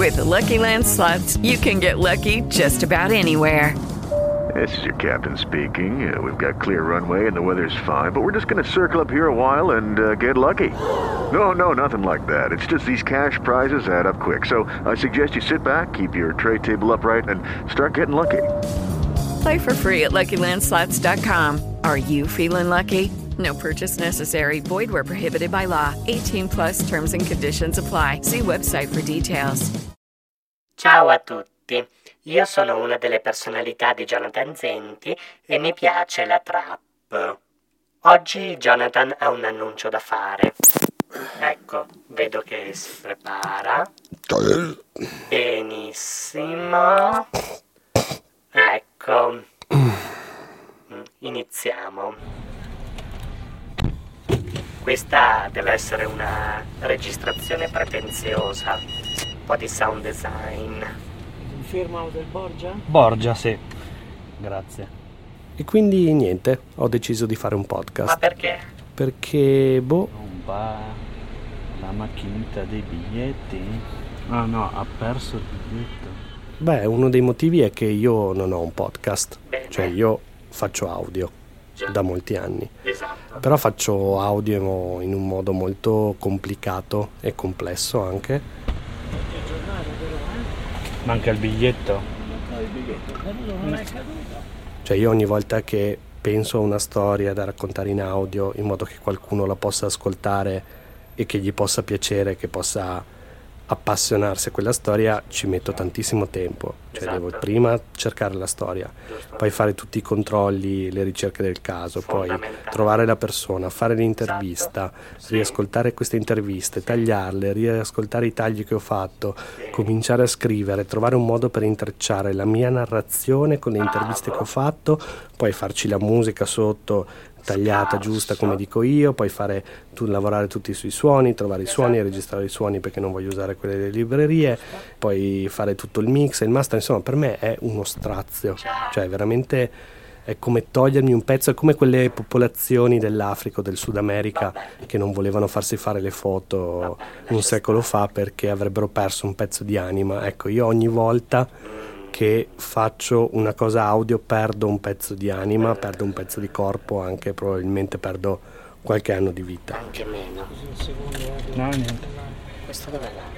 With Lucky Land Slots, you can get lucky just about anywhere. This is your captain speaking. We've got clear runway and the weather's fine, but we're just going to circle up here a while and get lucky. No, nothing like that. It's just these cash prizes add up quick. So I suggest you sit back, keep your tray table upright, and start getting lucky. Play for free at LuckyLandSlots.com. Are you feeling lucky? No purchase necessary. Void where prohibited by law. 18 plus terms and conditions apply. See website for details. Ciao a tutti. Io sono una delle personalità di Jonathan Zenti e mi piace la trap. Oggi Jonathan ha un annuncio da fare. Ecco, vedo che si prepara. Benissimo. Ecco. Iniziamo. Questa deve essere una registrazione pretenziosa. Un po' di sound design. Conferma del Borgia? Borgia, sì. Grazie. E quindi niente, ho deciso di fare un podcast. Ma perché? Perché, Non va la macchinetta dei biglietti? Ah no, ha perso il biglietto. uno dei motivi è che io non ho un podcast. Bene. Cioè io faccio audio da molti anni. Esatto. Però faccio audio in un modo molto complicato e complesso anche. Manca il biglietto? Cioè io ogni volta che penso a una storia da raccontare in audio in modo che qualcuno la possa ascoltare e che gli possa piacere, che possa appassionarsi a quella storia, ci metto tantissimo tempo. Cioè Esatto. devo prima cercare la storia, Giusto. poi fare tutti i controlli, le ricerche del caso, poi Fondamentale. trovare la persona, fare l'intervista, Esatto. Sì. riascoltare queste interviste, tagliarle, riascoltare i tagli che ho fatto, cominciare a scrivere, trovare un modo per intrecciare la mia narrazione con le interviste che ho fatto, poi farci la musica sotto tagliata, giusta come dico io, poi lavorare tutti sui suoni, trovare i suoni, registrare i suoni perché non voglio usare quelle delle librerie, poi fare tutto il mix e il master. Insomma, per me è uno strazio, cioè veramente è come togliermi un pezzo, è come quelle popolazioni dell'Africa o del Sud America che non volevano farsi fare le foto un secolo fa perché avrebbero perso un pezzo di anima. Ecco, io ogni volta che faccio una cosa audio perdo un pezzo di anima, perdo un pezzo di corpo, anche probabilmente perdo qualche anno di vita. Anche meno. No, niente. Questo dov'è là?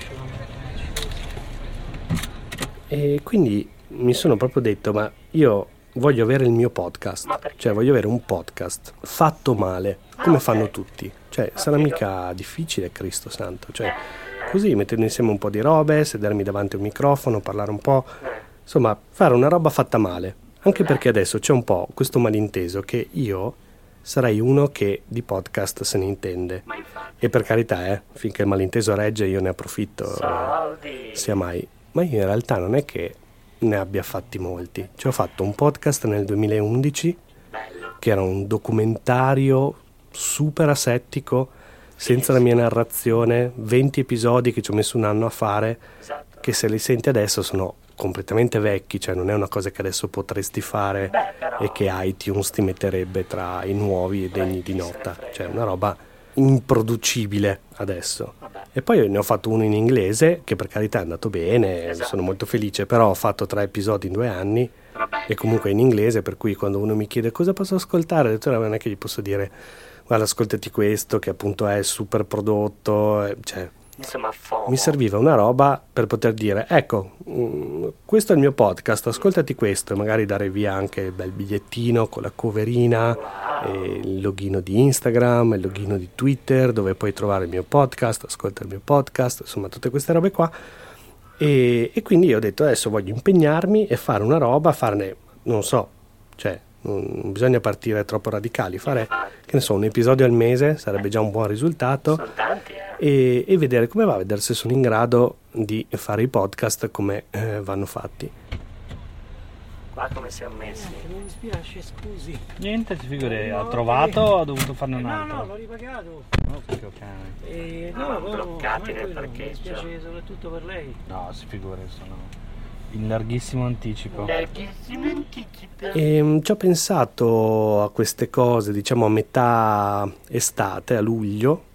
E quindi mi sono proprio detto, ma io voglio avere il mio podcast, Ma perché? cioè voglio avere un podcast fatto male, come fanno tutti. Cioè sarà mica difficile, Cristo santo, cioè così mettendo insieme un po' di robe, sedermi davanti a un microfono, parlare un po', insomma fare una roba fatta male, anche perché adesso c'è un po' questo malinteso che io sarei uno che di podcast se ne intende, Ma infatti. e per carità finché il malinteso regge io ne approfitto, Soldi. sia mai, ma io in realtà non è che ne abbia fatti molti, cioè ho fatto un podcast nel 2011 Bello. che era un documentario super asettico, senza la mia narrazione, 20 episodi che ci ho messo un anno a fare, Esatto. che se li senti adesso sono completamente vecchi, cioè non è una cosa che adesso potresti fare però- e che iTunes ti metterebbe tra i nuovi e degni di nota, cioè una roba improducibile adesso. E poi ne ho fatto uno in inglese che per carità è andato bene, Esatto. sono molto felice, però ho fatto 3 episodi in 2 anni Vabbè. e comunque in inglese, per cui quando uno mi chiede cosa posso ascoltare, ho detto, non è che gli posso dire guarda ascoltati questo che appunto è super prodotto, cioè Insomma, FOMO. mi serviva una roba per poter dire ecco, questo è il mio podcast, ascoltati questo, e magari dare via anche il bel bigliettino con la coverina, e il login di Instagram, il login di Twitter dove puoi trovare il mio podcast, ascolta il mio podcast, insomma tutte queste robe qua, e quindi io ho detto adesso voglio impegnarmi e fare una roba, farne, non so, cioè non bisogna partire troppo radicali, fare che ne so, un episodio al mese sarebbe già un buon risultato, Sono tanti, eh. e vedere come va, vedere se sono in grado di fare i podcast come vanno fatti. Qua come siamo messi? Mi dispiace, scusi. Niente, ti figuri, No, ha va trovato bene. o ha dovuto farne un No, altro? no, l'ho ripagato. No, perché ok. No, bloccati nel Mi parcheggio. dispiace soprattutto per lei. No, si figuri, sono in larghissimo anticipo. Larghissimo anticipo. E ci ho pensato a queste cose, diciamo a metà estate, a luglio,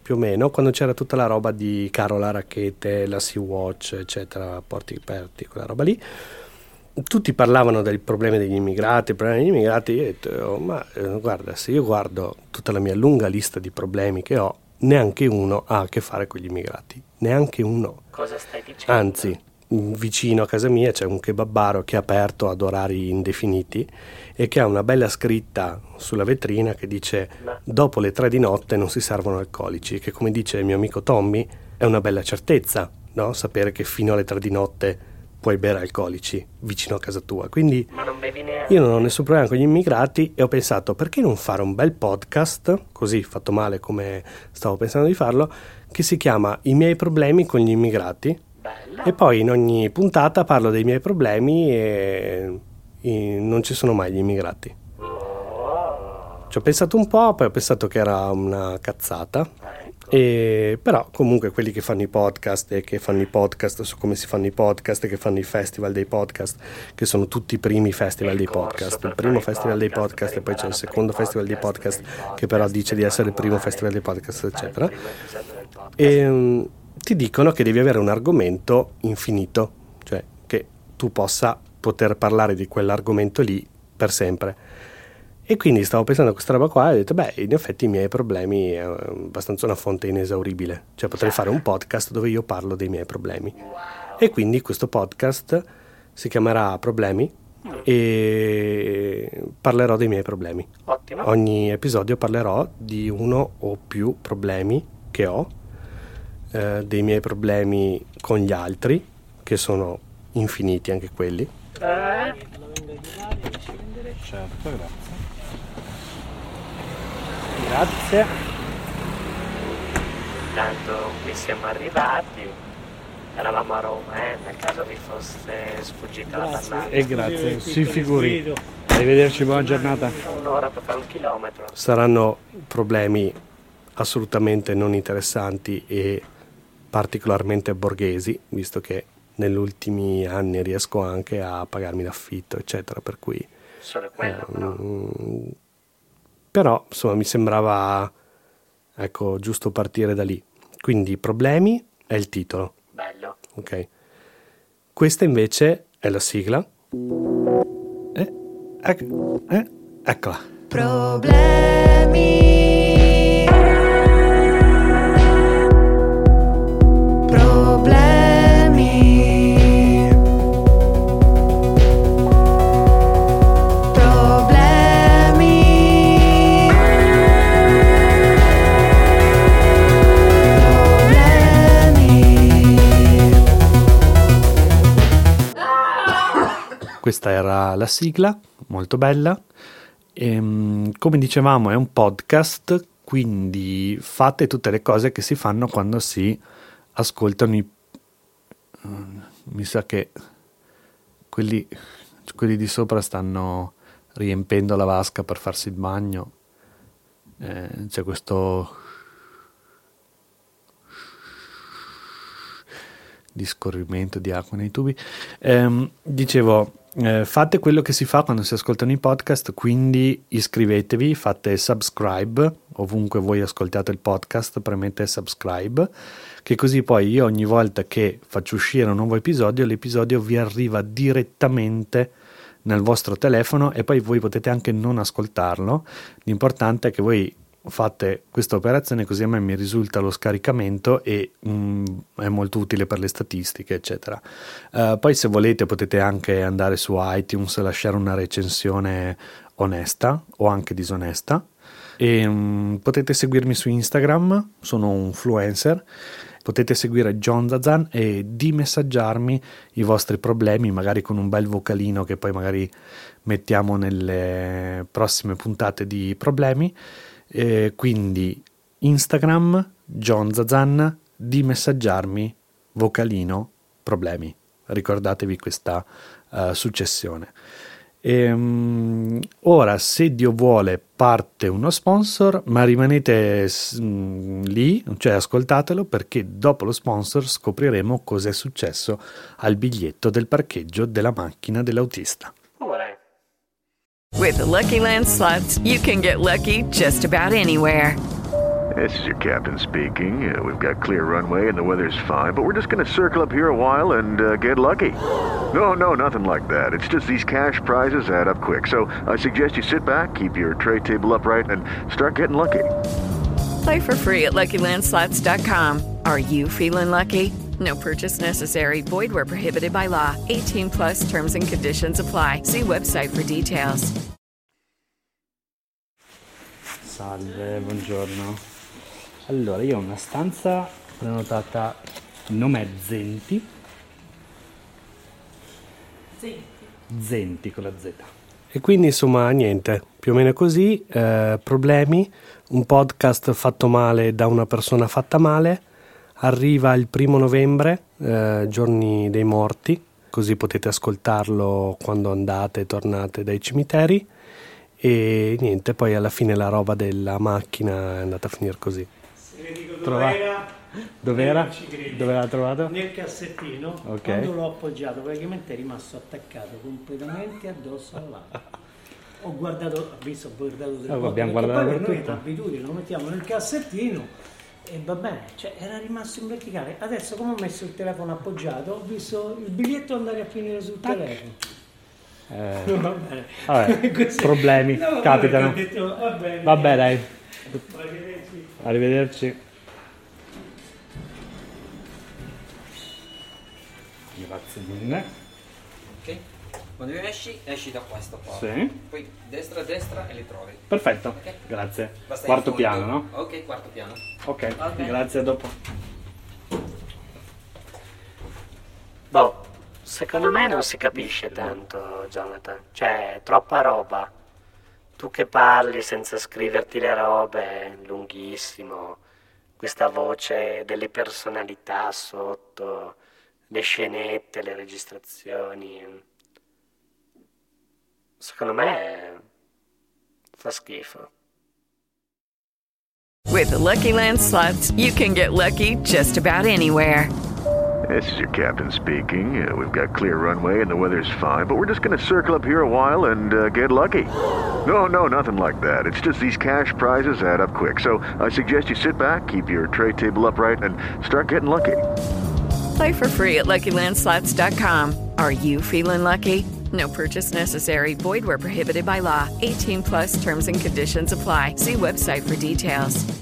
più o meno, quando c'era tutta la roba di Carola Rackete, la Sea-Watch, eccetera, porti aperti, quella roba lì. Tutti parlavano dei problemi degli immigrati, io ho detto, guarda, se io guardo tutta la mia lunga lista di problemi che ho, neanche uno ha a che fare con gli immigrati, neanche uno. Cosa stai dicendo? Anzi, vicino a casa mia c'è un kebabbaro che è aperto ad orari indefiniti e che ha una bella scritta sulla vetrina che dice dopo le 3 di notte non si servono alcolici, che come dice il mio amico Tommy è una bella certezza, no? Sapere che fino alle 3 di notte puoi bere alcolici vicino a casa tua. Quindi ma non bevi neanche. Io non ho nessun problema con gli immigrati e ho pensato, perché non fare un bel podcast, così fatto male come stavo pensando di farlo, che si chiama I miei problemi con gli immigrati. Bello. E poi in ogni puntata parlo dei miei problemi e non ci sono mai gli immigrati. Ci ho pensato un po', poi ho pensato che era una cazzata. Però comunque quelli che fanno i podcast e che fanno i podcast su come si fanno i podcast e che fanno i festival dei podcast, che sono tutti i primi festival dei podcast, il primo festival dei podcast e poi c'è il secondo festival dei podcast che però dice di essere il primo festival dei podcast, eccetera, e ti dicono che devi avere un argomento infinito, cioè che tu poter parlare di quell'argomento lì per sempre. E quindi stavo pensando a questa roba qua e ho detto, in effetti i miei problemi è abbastanza una fonte inesauribile. Cioè potrei fare un podcast dove io parlo dei miei problemi. E quindi questo podcast si chiamerà Problemi e parlerò dei miei problemi. Ottimo. Ogni episodio parlerò di uno o più problemi che ho, dei miei problemi con gli altri, che sono infiniti anche quelli. Certo, grazie. Grazie. Tanto qui siamo arrivati, eravamo a Roma, nel caso vi fosse sfuggita la bannata. E grazie, si figuri. Arrivederci, buona giornata. Un'ora per fare 1 chilometro. Saranno problemi assolutamente non interessanti e particolarmente borghesi, visto che negli ultimi anni riesco anche a pagarmi l'affitto, eccetera, per cui Solo quello, però insomma mi sembrava giusto partire da lì. Quindi Problemi è il titolo. Bello. Ok. Questa invece è la sigla. Eccola. Problemi. Questa era la sigla, molto bella. Come dicevamo è un podcast, quindi fate tutte le cose che si fanno quando si ascoltano mi sa che quelli di sopra stanno riempendo la vasca per farsi il bagno. C'è questo di scorrimento di acqua nei tubi. Dicevo, fate quello che si fa quando si ascoltano i podcast, quindi iscrivetevi, fate subscribe ovunque voi ascoltate il podcast, premete subscribe, che così poi io ogni volta che faccio uscire un nuovo episodio, l'episodio vi arriva direttamente nel vostro telefono e poi voi potete anche non ascoltarlo. L'importante è che voi fate questa operazione, così a me mi risulta lo scaricamento e è molto utile per le statistiche, eccetera. Poi se volete potete anche andare su iTunes e lasciare una recensione onesta o anche disonesta, e potete seguirmi su Instagram, sono un influencer. Potete seguire John Zazan e dimessaggiarmi i vostri problemi, magari con un bel vocalino che poi magari mettiamo nelle prossime puntate di Problemi. Quindi Instagram, John Zazan, dimessaggiarmi, vocalino, problemi. Ricordatevi questa successione. Ora, se Dio vuole, parte uno sponsor, ma rimanete lì, cioè ascoltatelo, perché dopo lo sponsor scopriremo cosa è successo al biglietto del parcheggio della macchina dell'autista. With the Lucky Land Slots, you can get lucky just about anywhere. This is your captain speaking. We've got clear runway and the weather's fine, but we're just going to circle up here a while and get lucky. No, nothing like that. It's just these cash prizes add up quick. So I suggest you sit back, keep your tray table upright, and start getting lucky. Play for free at LuckyLandSlots.com. Are you feeling lucky? No purchase necessary. Void where prohibited by law. 18 plus terms and conditions apply. See website for details. Salve, buongiorno. Allora, io ho una stanza prenotata, il nome è Zenti. Zenti con la Z. E quindi insomma niente, più o meno così, problemi, un podcast fatto male da una persona fatta male, arriva il 1 novembre, giorni dei morti, così potete ascoltarlo quando andate e tornate dai cimiteri, e niente, poi alla fine la roba della macchina è andata a finire così. Se vi dico Dov'era? Dove l'ha trovato? Nel cassettino, Ok. quando l'ho appoggiato praticamente è rimasto attaccato completamente addosso all'altro. Ho guardato tre volte, abbiamo perché guardato poi per per noi è tutto. un'abitudine, lo mettiamo nel cassettino e va bene, cioè era rimasto in verticale. Adesso come ho messo il telefono appoggiato, ho visto il biglietto andare a finire sul telefono. Va bene. Vabbè, Così. problemi, No, capitano. ho detto, va bene. Vabbè, dai. Arrivederci. Arrivederci. Grazie mille. Ok? Quando esci da questo qua. Sì. Poi destra e li trovi. Perfetto. Ok. Grazie. Basta Quarto in fondo. piano, no? Ok, quarto piano. Ok. Ok. Grazie, a dopo. Boh, secondo me non si capisce tanto, Jonathan. Cioè, troppa roba. Tu che parli senza scriverti le robe, lunghissimo. Questa voce delle personalità sotto, le scenette, le registrazioni. Secondo me fa schifo. With the Lucky Land Slots, you can get lucky just about anywhere. This is your captain speaking. We've got clear runway and the weather's fine, but we're just going to circle up here a while and get lucky. No, nothing like that. It's just these cash prizes add up quick. So I suggest you sit back, keep your tray table upright, and start getting lucky. Play for free at LuckyLandSlots.com. Are you feeling lucky? No purchase necessary. Void where prohibited by law. 18 plus terms and conditions apply. See website for details.